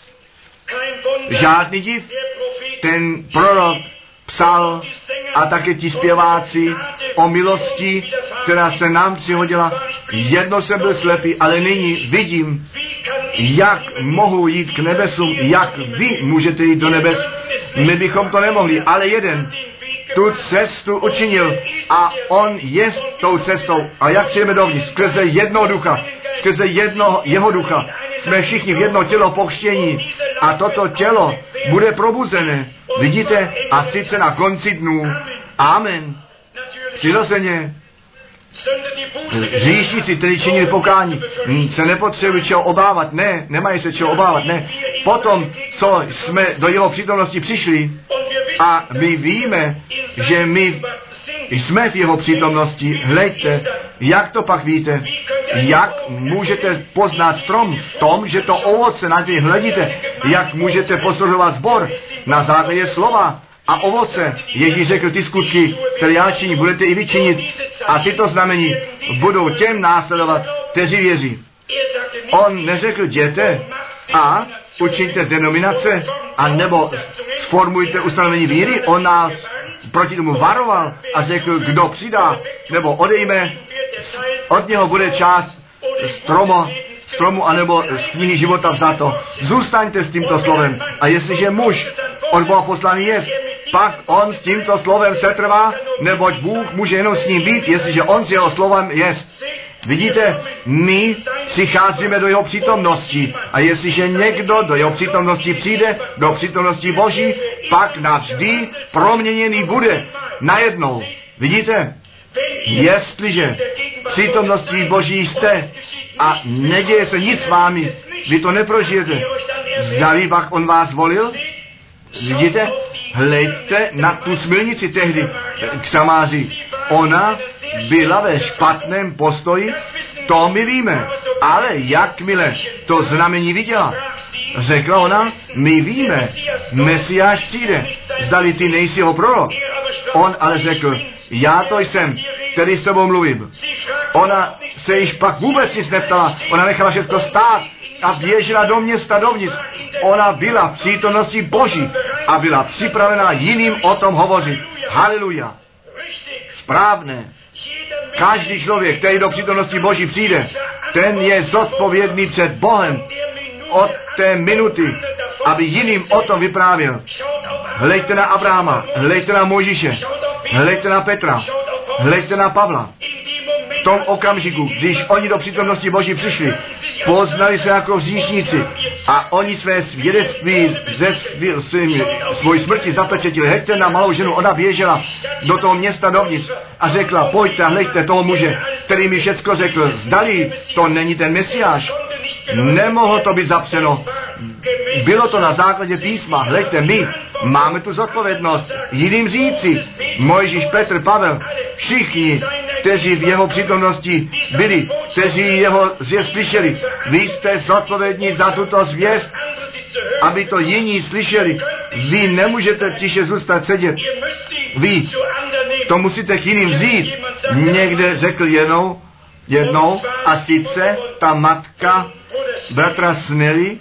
Speaker 1: Žádný div. Ten prorok psal a také ti zpěváci o milosti, která se nám přihodila. Jedno jsem byl slepý, ale nyní vidím, jak mohu jít k nebesům, jak vy můžete jít do nebes. My bychom to nemohli, ale jeden tu cestu učinil a on je tou cestou. A jak přijdeme dovnitř? Skrze jednoho ducha, skrze jednoho jeho ducha. Jsme všichni v jedno tělo pokřtění a toto tělo bude probuzené. Vidíte? A sice na konci dnů. Amen. Přirozeně. Hříšníci, kteří činili pokání, se nepotřebují čeho obávat, ne, nemají se čeho obávat, ne. Potom, co jsme do jeho přítomnosti přišli a my víme, že my jsme v jeho přítomnosti, hleďte, jak to pak víte, jak můžete poznat strom v tom, že to ovoce na něj hledíte, jak můžete pozorovat sbor na základě slova a ovoce. Ježíš řekl, ty skutky, které já činím, budete i vyčinit a tyto znamení budou těm následovat, kteří věří. On neřekl, jděte a učiňte denominace a nebo sformujte ustanovení víry. On nás proti tomu varoval a řekl, kdo přidá nebo odejme, od něho bude část stromo, stromu anebo z knihy života vzato. Zůstaňte s tímto slovem a jestliže muž od Boha poslaný je, pak on s tímto slovem setrvá, neboť Bůh může jenom s ním být, jestliže on s jeho slovem je. Vidíte, my přicházíme do jeho přítomnosti a jestliže někdo do jeho přítomnosti přijde, do přítomnosti Boží, pak navždy proměněný bude najednou. Vidíte, jestliže v přítomnosti Boží jste a neděje se nic s vámi, vy to neprožijete. Zdali pak on vás volil? Vidíte? Hleďte na tu smilnici tehdy k Samáři. Ona byla ve špatném postoji, to my víme. Ale jakmile to znamení viděla, řekla ona, my víme, Mesiáš přijde, zdali ty nejsi ho prorok. On ale řekl, já to jsem, který s tebou mluvím. Ona se již pak vůbec nic neptala, ona nechala všechno stát a běžela do města dovnitř. Ona byla v přítomnosti Boží a byla připravená jiným o tom hovořit. Haleluja. Správné. Každý člověk, který do přítomnosti Boží přijde, ten je zodpovědný před Bohem od té minuty, aby jiným o tom vyprávěl. Hleďte na Abrahama, hleďte na Mojžíše, hleďte na Petra, hleďte na Pavla. V tom okamžiku, když oni do přítomnosti Boží přišli, poznali se jako hříšníci a oni své svědectví ze svojí smrti zapečetili. Hleďte na malou ženu, ona běžela do toho města dovnitř a řekla, pojďte a hleďte toho muže, který mi všecko řekl. Zdali to není ten Mesiáš. Nemohlo to být zapřeno. Bylo to na základě písma. Hleďte, my máme tu zodpovědnost jiným říci. Mojžíš, Petr, Pavel, všichni, kteří v jeho přítomnosti byli, kteří jeho zvěst slyšeli. Vy jste zodpovědní za tuto zvěst, aby to jiní slyšeli. Vy nemůžete tiše zůstat sedět. Vy to musíte k jiným vzít. Někde řekl jednou, jednou a sice ta matka bratra Snelly,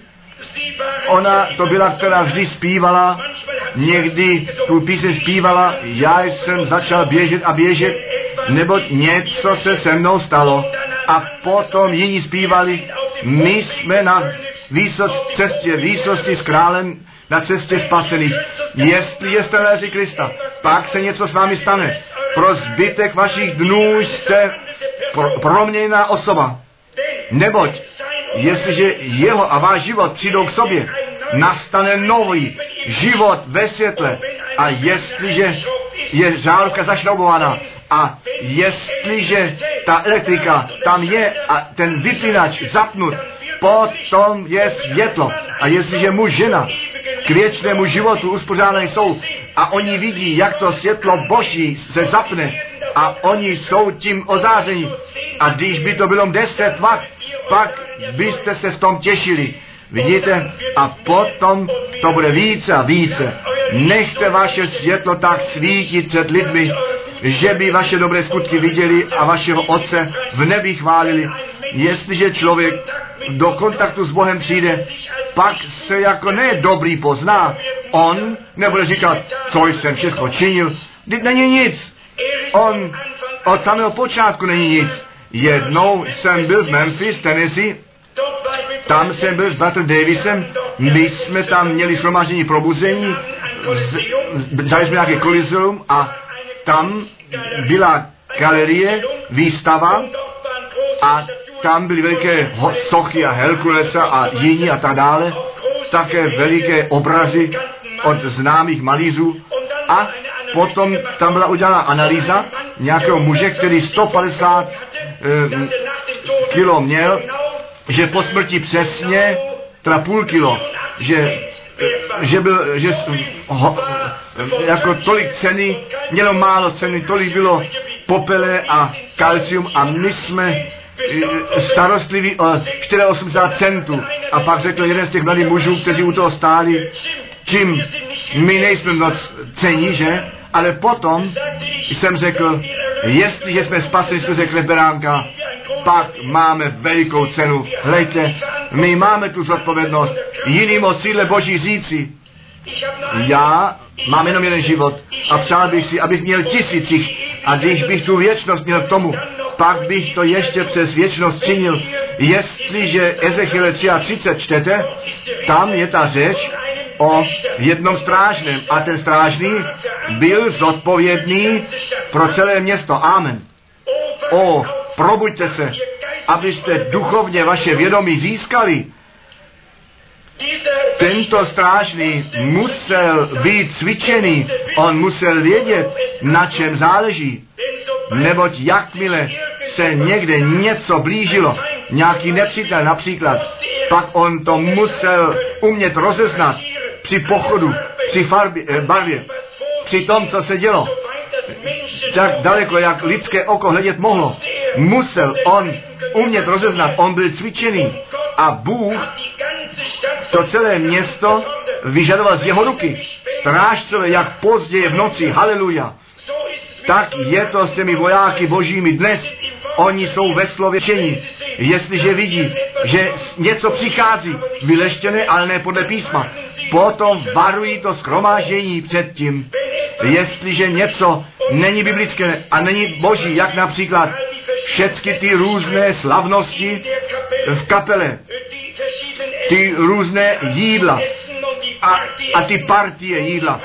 Speaker 1: ona to byla, která vždy zpívala, někdy tu píseň zpívala, já jsem začal běžet a běžet, neboť něco se se mnou stalo. A potom jiní zpívali, my jsme na výsost, cestě výsosti s králem, na cestě spasených. Jestli jste léři Krista, pak se něco s vámi stane. Pro zbytek vašich dnů jste pro, proměněná osoba. Neboť, jestliže jeho a váš život přijdou k sobě, nastane nový život ve světle. A jestliže je žárovka zašroubovaná a jestliže ta elektrika tam je a ten vypínač zapnut, potom je světlo. A jestliže muž, žena k věčnému životu uspořádaný jsou a oni vidí, jak to světlo Boží se zapne a oni jsou tím ozářeni. A když by to bylo deset watt, pak byste se v tom těšili. Vidíte? A potom to bude více a více. Nechte vaše světlo tak svítit před lidmi, že by vaše dobré skutky viděli a vašeho Otce v nebi chválili. Jestliže člověk do kontaktu s Bohem přijde, pak se jako ne dobrý pozná. On nebude říkat, co jsem všechno činil. Teď není nic. On od samého počátku není nic. Jednou jsem byl v Memphis, Tennessee, tam jsem byl s bratrem Davisem, my jsme tam měli shromáždění probuzení, dali jsme nějaké kolizium a tam byla galerie, výstava a tam byly veliké sochy a Herkulesa a jiní a tak dále, také veliké obrazy od známých malířů a potom tam byla udělána analýza nějakého muže, který sto padesát eh, kilo měl, že po smrti přesně, teda půl kilo, že, že byl, že ho, jako tolik ceny, mělo málo ceny, tolik bylo popele a kalcium a my jsme starostliví o osmdesát čtyři centů. A pak řekl jeden z těch mladých mužů, kteří u toho stáli, čím my nejsme moc cení, že? Ale potom jsem řekl, jestliže jsme spaseni skrze krev beránka, pak máme velikou cenu. Hlejte, my máme tu zodpovědnost jiným o síle Boží říci. Já mám jenom jeden život a přál bych si, abych měl tisících a když bych tu věčnost měl k tomu, pak bych to ještě přes věčnost činil. Jestliže Ezechiele třicet tři čtete, tam je ta řeč o jednom strážném a ten strážný byl zodpovědný pro celé město. Amen. O, probuďte se, abyste duchovně vaše vědomí získali. Tento strážný musel být cvičený, on musel vědět, na čem záleží. Neboť jakmile se někde něco blížilo, nějaký nepřítel například, pak on to musel umět rozeznat při pochodu, při farbě, barvě, při tom, co se dělo. Tak daleko, jak lidské oko hledět mohlo, musel on umět rozeznat, on byl cvičený a Bůh to celé město vyžadoval z jeho ruky. Strážcové, jak později v noci, haleluja. Tak je to s těmi vojáky božími dnes. Oni jsou ve slově čení. Jestliže vidí, že něco přichází, vyleštěné, ale ne podle písma, potom varují to shromáždění před tím. Jestliže něco není biblické a není boží, jak například všechny ty různé slavnosti v kapele, ty různé jídla a, a ty partie jídla,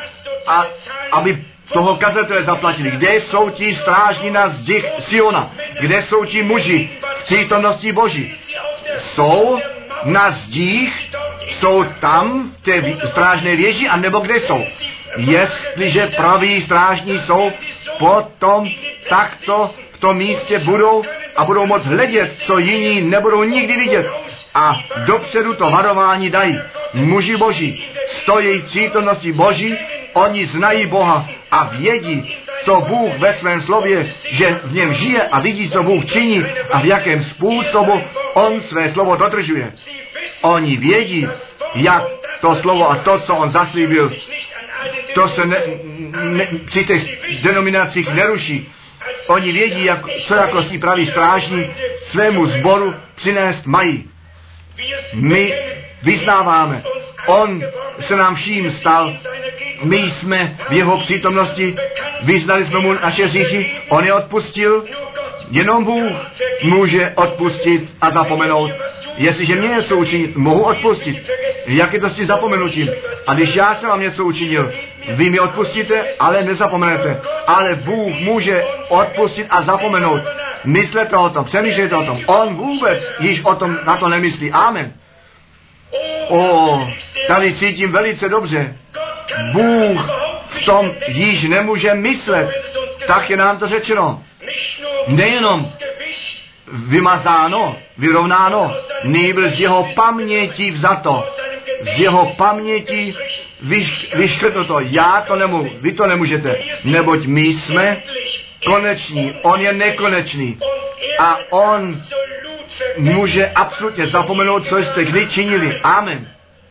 Speaker 1: a aby toho kazatele zaplatili. Kde jsou ti strážní na zdích Siona? Kde jsou ti muži v přítomnosti Boží? Jsou na zdích, jsou tam v té strážné věži, anebo kde jsou? Jestliže praví strážní jsou, potom takto v tom místě budou a budou moct hledět, co jiní nebudou nikdy vidět. A dopředu to varování dají. Muži Boží stojí v přítomnosti Boží, oni znají Boha a vědí, co Bůh ve svém slově, že v něm žije a vidí, co Bůh činí a v jakém způsobu on své slovo dodržuje. Oni vědí, jak to slovo a to, co on zaslíbil, to se ne, ne, při těch denominacích neruší. Oni vědí, jak, co jako si praví strážní svému sboru přinést mají. My vyznáváme, on se nám vším stal, my jsme v jeho přítomnosti, vyznali jsme mu naše hříchy, on je odpustil, jenom Bůh může odpustit a zapomenout. Jestliže mě něco učinit, mohu odpustit. Jak je to s tím zapomenutím? A když já jsem vám něco učinil, vy mi odpustíte, ale nezapomenete. Ale Bůh může odpustit a zapomenout. Myslete o tom, přemýšlejte o tom. On vůbec již o tom na to nemyslí. Amen. O, tady cítím velice dobře. Bůh v tom již nemůže myslet. Tak je nám to řečeno. Nejenom vymazáno, vyrovnáno, nýbrž z jeho paměti vzato. Z jeho paměti vyš, vyškrtnuto. Já to nemůžu, vy to nemůžete. Neboť my jsme koneční, on je nekonečný. A on může absolutně zapomenout, co jste kdy činili. Amen.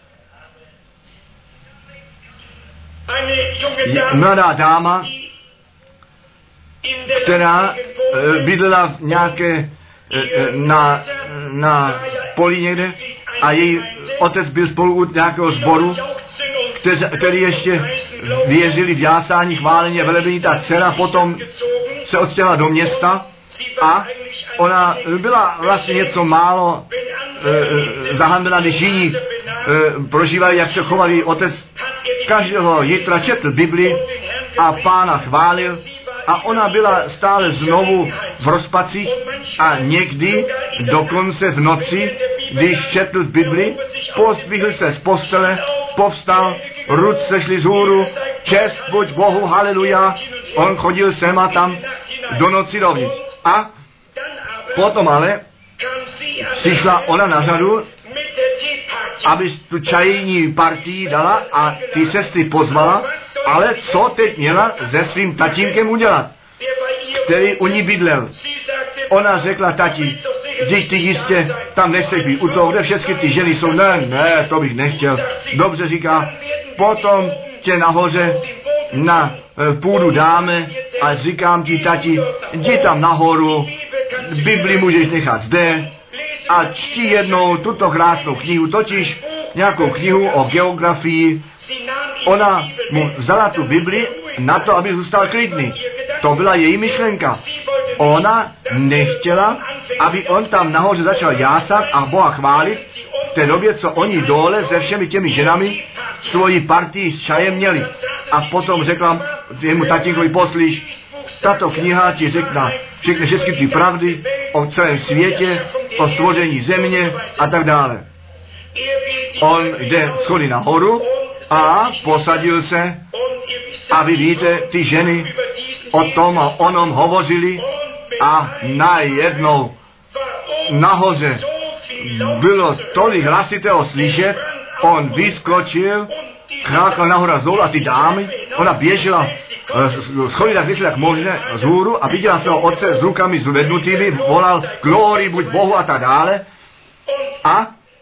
Speaker 1: Mladá dáma, která bydlela v nějaké na, na poli někde a její otec byl spolu u nějakého sboru, který ještě věřili v jásání, chválení a velebení. Ta dcera potom se odstěhovala do města a ona byla vlastně něco málo e, zahanbena, když jiní e, prožívali, jak se chovali. Otec každého jitra četl Bibli a Pána chválil a ona byla stále znovu v rozpacích a někdy dokonce v noci, když četl Bibli, pozdvihl se z postele, povstal, ruce šly z hůru, čest buď Bohu, haleluja, on chodil sem a tam do noci dovnitř. A potom ale přišla ona na řadu, aby tu čajní partii dala a ty sestry pozvala, ale co teď měla se svým tatínkem udělat, který u ní bydlel. Ona řekla, tati, vždyť ty jistě tam nechceš být u toho, kde všechny ty ženy jsou. Ne, ne, to bych nechtěl. Dobře, říká, potom tě nahoře na půdu dáme a říkám ti, tati, jdi tam nahoru, Bibli můžeš nechat zde a čti jednou tuto krásnou knihu, totiž nějakou knihu o geografii. Ona mu vzala tu Bibli na to, aby zůstal klidný. To byla její myšlenka. Ona nechtěla, aby on tam nahoře začal jásat a Boha chválit v té době, co oni dole se všemi těmi ženami svoji partii s čajem měli. A potom řekla jemu tatínkovi, poslíš, tato kniha ti řekne všechny všechny ty pravdy o celém světě, o stvoření země a tak dále. On jde schody nahoru a posadil se a vy víte, ty ženy o tom a onom hovořili a najednou nahoře bylo tolik hlasitého slyšet, on vyskočil, krákal nahoru z dolů a ty dámy, ona běžela schody tak rychle jak možné z hůru a viděla svého otce s rukami zvednutými, volal glory buď Bohu a tak dále. A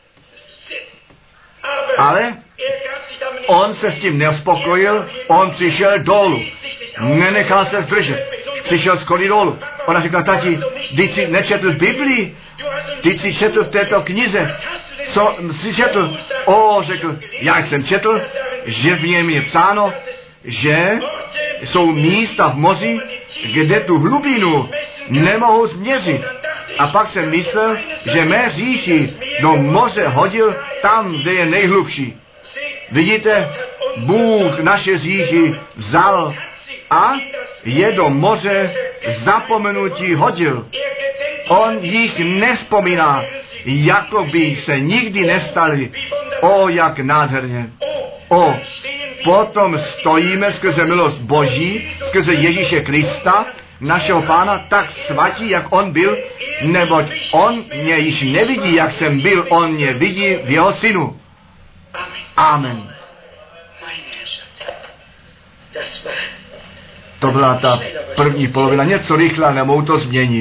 Speaker 1: ale on se s tím neuspokojil, on přišel dolů, nenechal se zdržet, přišel schody dolů. Ona řekla, tati, ty jsi nečetl Biblii, ty jsi četl v této knize, co jsi četl? O, řekl, já jsem četl, že v něm je psáno, že jsou místa v moři, kde tu hlubinu nemohou změřit. A pak jsem myslel, že mé hříchy do moře hodil tam, kde je nejhlubší. Vidíte, Bůh naše hříchy vzal a je do moře zapomenutí hodil. On jich nespomíná, jako by se nikdy nestali. O, jak nádherně. O, potom stojíme skrze milost Boží, skrze Ježíše Krista, našeho Pána, tak svatí, jak on byl, neboť on mě již nevidí, jak jsem byl, on mě vidí v jeho synu. Amen. To byla ta první polovina, něco rychle, nemohu to změnit.